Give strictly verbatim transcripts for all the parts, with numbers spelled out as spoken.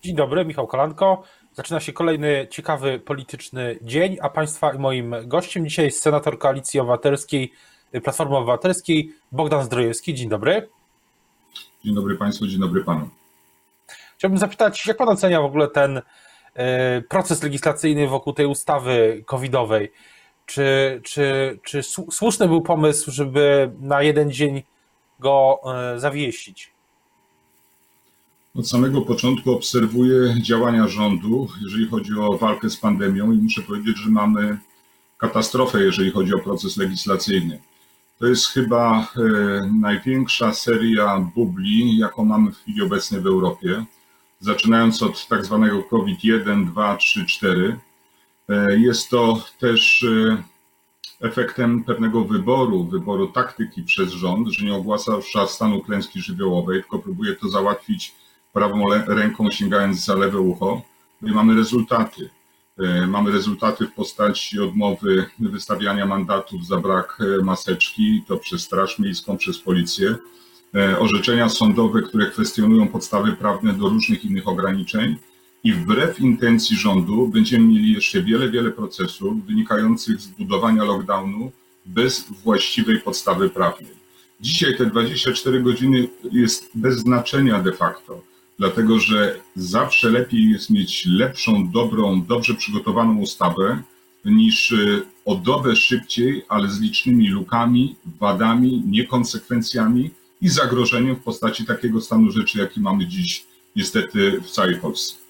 Dzień dobry, Michał Kolanko. Zaczyna się kolejny ciekawy polityczny dzień, a Państwa i moim gościem dzisiaj jest senator Koalicji Obywatelskiej, Platformy Obywatelskiej, Bogdan Zdrojewski. Dzień dobry. Dzień dobry Państwu, dzień dobry Panu. Chciałbym zapytać, jak Pan ocenia w ogóle ten proces legislacyjny wokół tej ustawy covidowej? Czy, czy, czy słuszny był pomysł, żeby na jeden dzień go zawiesić? Od samego początku obserwuję działania rządu, jeżeli chodzi o walkę z pandemią i muszę powiedzieć, że mamy katastrofę, jeżeli chodzi o proces legislacyjny. To jest chyba e, największa seria bubli, jaką mamy w chwili obecnej w Europie, zaczynając od tak zwanego COVID jeden, dwa, trzy, cztery. E, jest to też e, efektem pewnego wyboru, wyboru taktyki przez rząd, że nie ogłasza stanu klęski żywiołowej, tylko próbuje to załatwić prawą ręką, sięgając za lewe ucho. No i mamy rezultaty. Mamy rezultaty w postaci odmowy wystawiania mandatów za brak maseczki, to przez Straż Miejską, przez policję. Orzeczenia sądowe, które kwestionują podstawy prawne do różnych innych ograniczeń. I wbrew intencji rządu będziemy mieli jeszcze wiele, wiele procesów wynikających z budowania lockdownu bez właściwej podstawy prawnej. Dzisiaj te dwadzieścia cztery godziny jest bez znaczenia de facto, dlatego że zawsze lepiej jest mieć lepszą, dobrą, dobrze przygotowaną ustawę niż o dobę szybciej, ale z licznymi lukami, wadami, niekonsekwencjami i zagrożeniem w postaci takiego stanu rzeczy, jaki mamy dziś niestety w całej Polsce.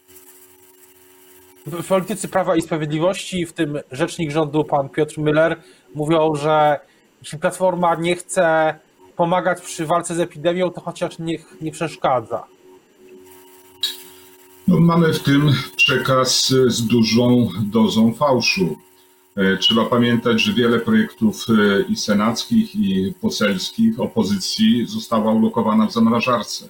Politycy Prawa i Sprawiedliwości, w tym rzecznik rządu pan Piotr Müller, mówią, że jeśli Platforma nie chce pomagać przy walce z epidemią, to chociaż niech nie przeszkadza. No, mamy w tym przekaz z dużą dozą fałszu. Trzeba pamiętać, że wiele projektów i senackich, i poselskich opozycji została ulokowana w zamrażarce.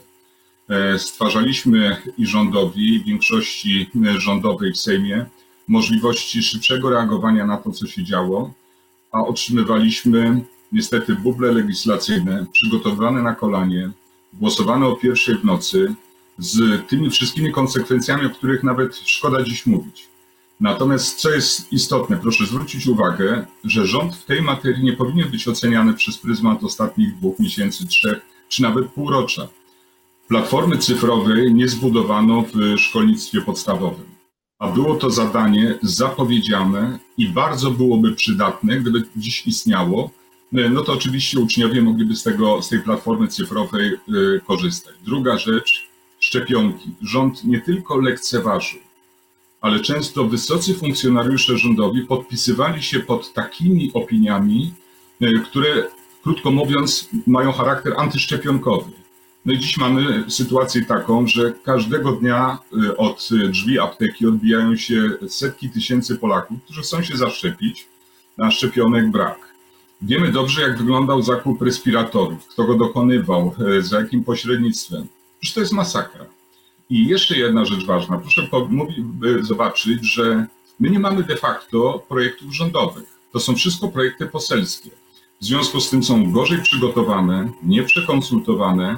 Stwarzaliśmy i rządowi, i większości rządowej w Sejmie możliwości szybszego reagowania na to, co się działo, a otrzymywaliśmy niestety buble legislacyjne przygotowane na kolanie, głosowane o pierwszej w nocy, z tymi wszystkimi konsekwencjami, o których nawet szkoda dziś mówić. Natomiast co jest istotne, proszę zwrócić uwagę, że rząd w tej materii nie powinien być oceniany przez pryzmat ostatnich dwóch miesięcy, trzech czy nawet półrocza. Platformy cyfrowej nie zbudowano w szkolnictwie podstawowym, a było to zadanie zapowiedziane i bardzo byłoby przydatne, gdyby dziś istniało, no to oczywiście uczniowie mogliby z tego, z tej platformy cyfrowej y, korzystać. Druga rzecz, szczepionki. Rząd nie tylko lekceważył, ale często wysocy funkcjonariusze rządowi podpisywali się pod takimi opiniami, y, które, krótko mówiąc, mają charakter antyszczepionkowy. No i dziś mamy sytuację taką, że każdego dnia y, od drzwi apteki odbijają się setki tysięcy Polaków, którzy chcą się zaszczepić, a szczepionek brak. Wiemy dobrze, jak wyglądał zakup respiratorów, kto go dokonywał, za jakim pośrednictwem. Przecież to jest masakra. I jeszcze jedna rzecz ważna. Proszę zobaczyć, że my nie mamy de facto projektów rządowych. To są wszystko projekty poselskie. W związku z tym są gorzej przygotowane, nieprzekonsultowane,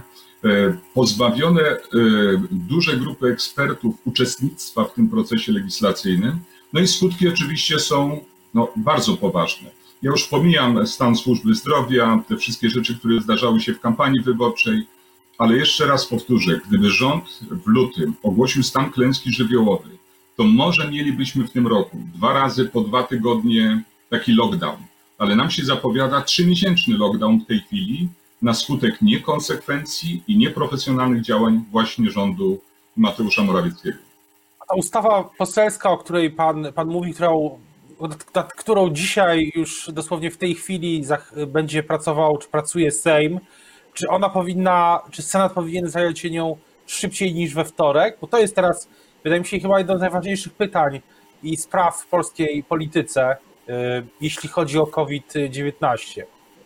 pozbawione duże grupy ekspertów uczestnictwa w tym procesie legislacyjnym. No i skutki oczywiście są no, bardzo poważne. Ja już pomijam stan służby zdrowia, te wszystkie rzeczy, które zdarzały się w kampanii wyborczej, ale jeszcze raz powtórzę, gdyby rząd w lutym ogłosił stan klęski żywiołowej, to może mielibyśmy w tym roku dwa razy po dwa tygodnie taki lockdown, ale nam się zapowiada trzymiesięczny lockdown w tej chwili na skutek niekonsekwencji i nieprofesjonalnych działań właśnie rządu Mateusza Morawieckiego. Ta ustawa poselska, o której pan, pan mówi, którą nad którą dzisiaj już dosłownie w tej chwili będzie pracował, czy pracuje Sejm, czy ona powinna, czy Senat powinien zająć się nią szybciej niż we wtorek? Bo to jest teraz, wydaje mi się, chyba jedno z najważniejszych pytań i spraw w polskiej polityce, jeśli chodzi o COVID dziewiętnaście.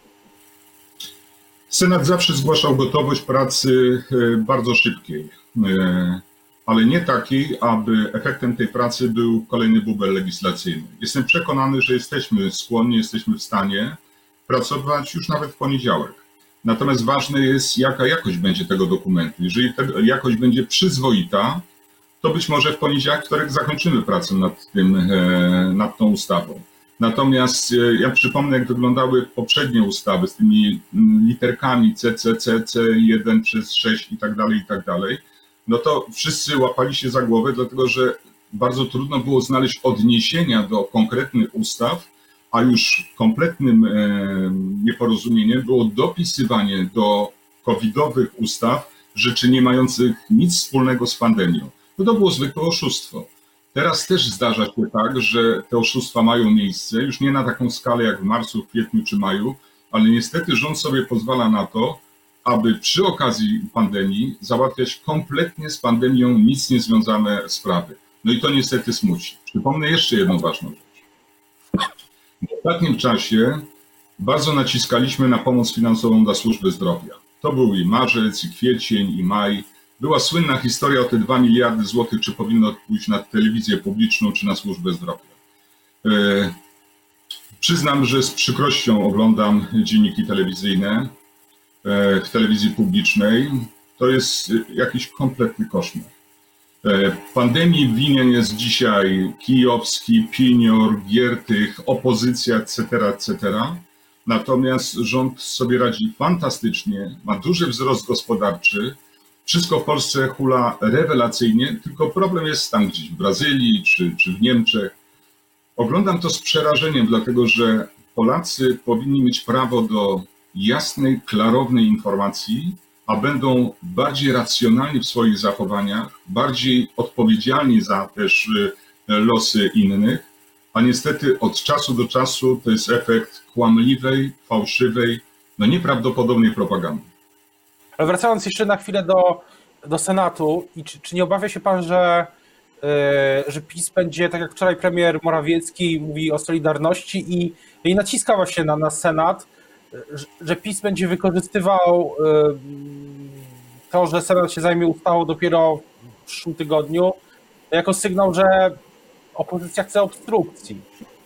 Senat zawsze zgłaszał gotowość pracy bardzo szybkiej, ale nie takiej, aby efektem tej pracy był kolejny bubel legislacyjny. Jestem przekonany, że jesteśmy skłonni, jesteśmy w stanie pracować już nawet w poniedziałek. Natomiast ważne jest, jaka jakość będzie tego dokumentu. Jeżeli ta jakość będzie przyzwoita, to być może w poniedziałek, wtorek zakończymy pracę nad tym, nad tą ustawą. Natomiast ja przypomnę, jak wyglądały poprzednie ustawy z tymi literkami C C C, C jeden przez sześć i tak dalej, i tak dalej. No to wszyscy łapali się za głowę, dlatego że bardzo trudno było znaleźć odniesienia do konkretnych ustaw, a już kompletnym nieporozumieniem było dopisywanie do covidowych ustaw rzeczy nie mających nic wspólnego z pandemią. No to było zwykłe oszustwo. Teraz też zdarza się tak, że te oszustwa mają miejsce, już nie na taką skalę jak w marcu, kwietniu czy maju, ale niestety rząd sobie pozwala na to, aby przy okazji pandemii załatwiać kompletnie z pandemią nic niezwiązane sprawy. No i to niestety smuci. Przypomnę jeszcze jedną ważną rzecz. W ostatnim czasie bardzo naciskaliśmy na pomoc finansową dla służby zdrowia. To był i marzec, i kwiecień, i maj. Była słynna historia o te dwa miliardy złotych, czy powinno pójść na telewizję publiczną, czy na służbę zdrowia. E, przyznam, że z przykrością oglądam dzienniki telewizyjne e, w telewizji publicznej. To jest jakiś kompletny koszmar. E, pandemii winien jest dzisiaj Kijowski, Pinior, Giertych, opozycja, et cetera, et cetera. Natomiast rząd sobie radzi fantastycznie, ma duży wzrost gospodarczy. Wszystko w Polsce hula rewelacyjnie, tylko problem jest tam gdzieś w Brazylii czy, czy w Niemczech. Oglądam to z przerażeniem, dlatego że Polacy powinni mieć prawo do jasnej, klarownej informacji, a będą bardziej racjonalni w swoich zachowaniach, bardziej odpowiedzialni za też losy innych, a niestety od czasu do czasu to jest efekt kłamliwej, fałszywej, no nieprawdopodobnej propagandy. Ale wracając jeszcze na chwilę do, do Senatu, i czy, czy nie obawia się pan, że, yy, że PiS będzie, tak jak wczoraj premier Morawiecki mówi o solidarności i, i naciska właśnie na, na Senat, że, że PiS będzie wykorzystywał yy, to, że Senat się zajmie ustawą dopiero w przyszłym tygodniu, jako sygnał, że opozycja chce obstrukcji.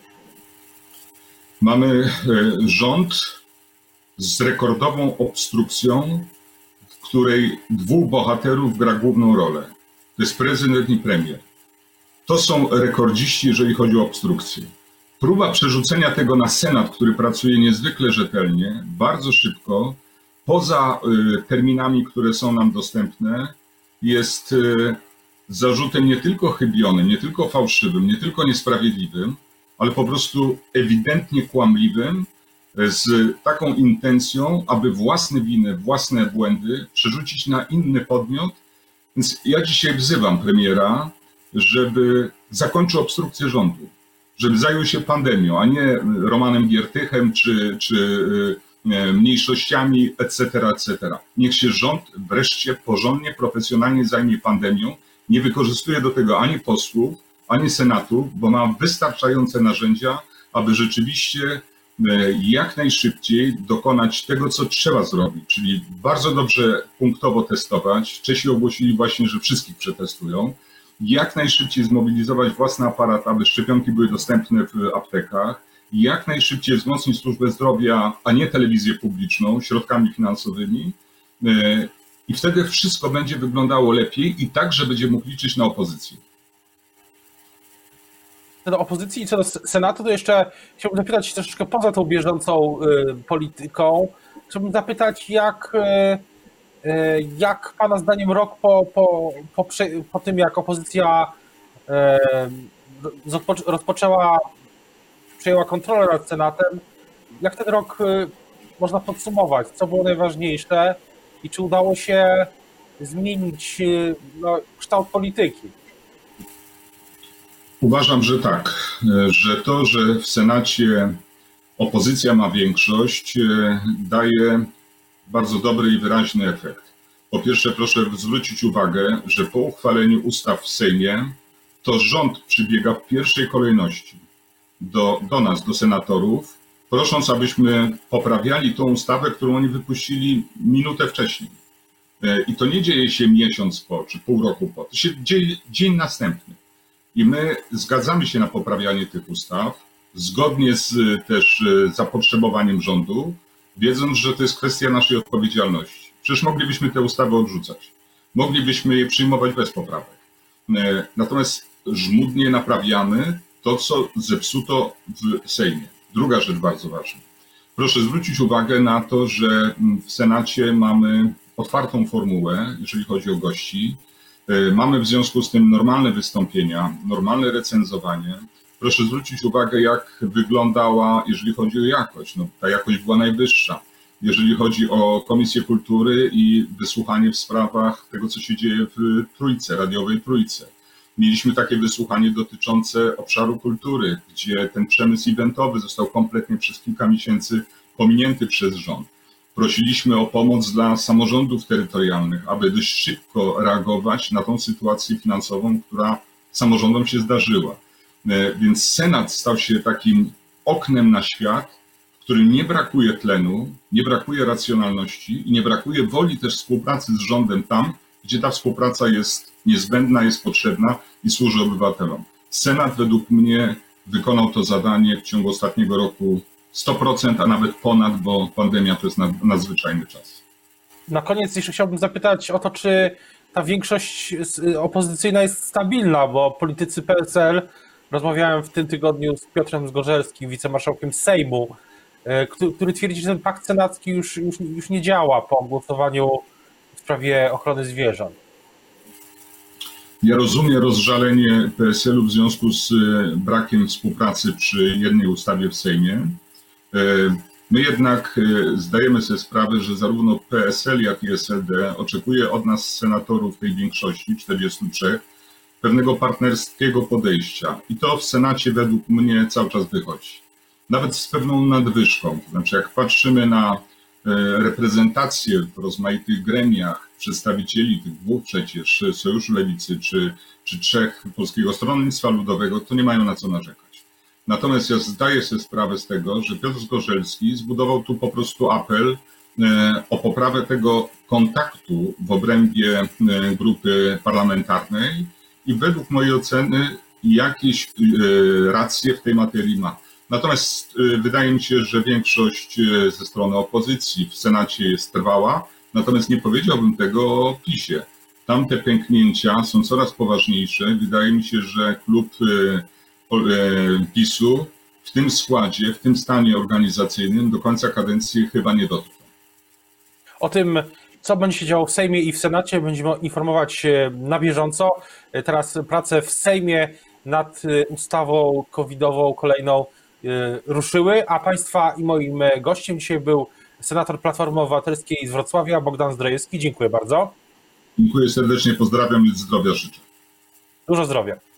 Mamy rząd z rekordową obstrukcją, w której dwóch bohaterów gra główną rolę. To jest prezydent i premier. To są rekordziści, jeżeli chodzi o obstrukcję. Próba przerzucenia tego na Senat, który pracuje niezwykle rzetelnie, bardzo szybko, poza terminami, które są nam dostępne, jest zarzutem nie tylko chybionym, nie tylko fałszywym, nie tylko niesprawiedliwym, ale po prostu ewidentnie kłamliwym, z taką intencją, aby własne winy, własne błędy przerzucić na inny podmiot. Więc ja dzisiaj wzywam premiera, żeby zakończył obstrukcję rządu, żeby zajął się pandemią, a nie Romanem Giertychem czy, czy mniejszościami, et cetera, et cetera. Niech się rząd wreszcie porządnie, profesjonalnie zajmie pandemią, nie wykorzystuje do tego ani posłów, ani Senatu, bo ma wystarczające narzędzia, aby rzeczywiście jak najszybciej dokonać tego, co trzeba zrobić, czyli bardzo dobrze punktowo testować. Czesi ogłosili właśnie, że wszystkich przetestują. Jak najszybciej zmobilizować własny aparat, aby szczepionki były dostępne w aptekach. Jak najszybciej wzmocnić służbę zdrowia, a nie telewizję publiczną, środkami finansowymi. I wtedy wszystko będzie wyglądało lepiej i także będzie mógł liczyć na opozycję. Co do opozycji i co do Senatu, to jeszcze chciałbym zapytać troszeczkę poza tą bieżącą y, polityką. Chciałbym zapytać, jak, y, y, jak pana zdaniem rok po, po, po, po tym, jak opozycja y, rozpoczęła, przejęła kontrolę nad Senatem, jak ten rok y, można podsumować? Co było najważniejsze i czy udało się zmienić y, no, kształt polityki? Uważam, że tak, że to, że w Senacie opozycja ma większość, daje bardzo dobry i wyraźny efekt. Po pierwsze, proszę zwrócić uwagę, że po uchwaleniu ustaw w Sejmie to rząd przybiega w pierwszej kolejności do, do nas, do senatorów, prosząc, abyśmy poprawiali tą ustawę, którą oni wypuścili minutę wcześniej. I to nie dzieje się miesiąc po, czy pół roku po, to się dzieje dzień następny. I my zgadzamy się na poprawianie tych ustaw, zgodnie z też zapotrzebowaniem rządu, wiedząc, że to jest kwestia naszej odpowiedzialności. Przecież moglibyśmy te ustawy odrzucać. Moglibyśmy je przyjmować bez poprawek. Natomiast żmudnie naprawiamy to, co zepsuto w Sejmie. Druga rzecz bardzo ważna. Proszę zwrócić uwagę na to, że w Senacie mamy otwartą formułę, jeżeli chodzi o gości. Mamy w związku z tym normalne wystąpienia, normalne recenzowanie. Proszę zwrócić uwagę, jak wyglądała, jeżeli chodzi o jakość. No, ta jakość była najwyższa. Jeżeli chodzi o Komisję Kultury i wysłuchanie w sprawach tego, co się dzieje w Trójce, radiowej Trójce. Mieliśmy takie wysłuchanie dotyczące obszaru kultury, gdzie ten przemysł eventowy został kompletnie przez kilka miesięcy pominięty przez rząd. Prosiliśmy o pomoc dla samorządów terytorialnych, aby dość szybko reagować na tą sytuację finansową, która samorządom się zdarzyła. Więc Senat stał się takim oknem na świat, w którym nie brakuje tlenu, nie brakuje racjonalności i nie brakuje woli też współpracy z rządem tam, gdzie ta współpraca jest niezbędna, jest potrzebna i służy obywatelom. Senat według mnie wykonał to zadanie w ciągu ostatniego roku sto procent, a nawet ponad, bo pandemia to jest nadzwyczajny czas. Na koniec jeszcze chciałbym zapytać o to, czy ta większość opozycyjna jest stabilna, bo politycy P S L, rozmawiałem w tym tygodniu z Piotrem Zgorzelskim, wicemarszałkiem Sejmu, który twierdzi, że ten pakt senacki już, już, już nie działa po głosowaniu w sprawie ochrony zwierząt. Ja rozumiem rozżalenie P S L-u w związku z brakiem współpracy przy jednej ustawie w Sejmie. My jednak zdajemy sobie sprawę, że zarówno P S L, jak i S L D oczekuje od nas, senatorów tej większości, czterdziestu trzech, pewnego partnerskiego podejścia. I to w Senacie według mnie cały czas wychodzi. Nawet z pewną nadwyżką. To znaczy, jak patrzymy na reprezentację w rozmaitych gremiach przedstawicieli tych dwóch przecież, Sojuszu Lewicy czy, czy trzech Polskiego Stronnictwa Ludowego, to nie mają na co narzekać. Natomiast ja zdaję sobie sprawę z tego, że Piotr Zgorzelski zbudował tu po prostu apel o poprawę tego kontaktu w obrębie grupy parlamentarnej i według mojej oceny jakieś racje w tej materii ma. Natomiast wydaje mi się, że większość ze strony opozycji w Senacie jest trwała, natomiast nie powiedziałbym tego o PiSie. Tam te pęknięcia są coraz poważniejsze. Wydaje mi się, że klub PiSu w tym składzie, w tym stanie organizacyjnym do końca kadencji chyba nie dotrwa. O tym, co będzie się działo w Sejmie i w Senacie, będziemy informować na bieżąco. Teraz prace w Sejmie nad ustawą covidową kolejną ruszyły, a Państwa i moim gościem dzisiaj był senator Platformy Obywatelskiej z Wrocławia, Bogdan Zdrojewski. Dziękuję bardzo. Dziękuję serdecznie, pozdrawiam i zdrowia życzę. Dużo zdrowia.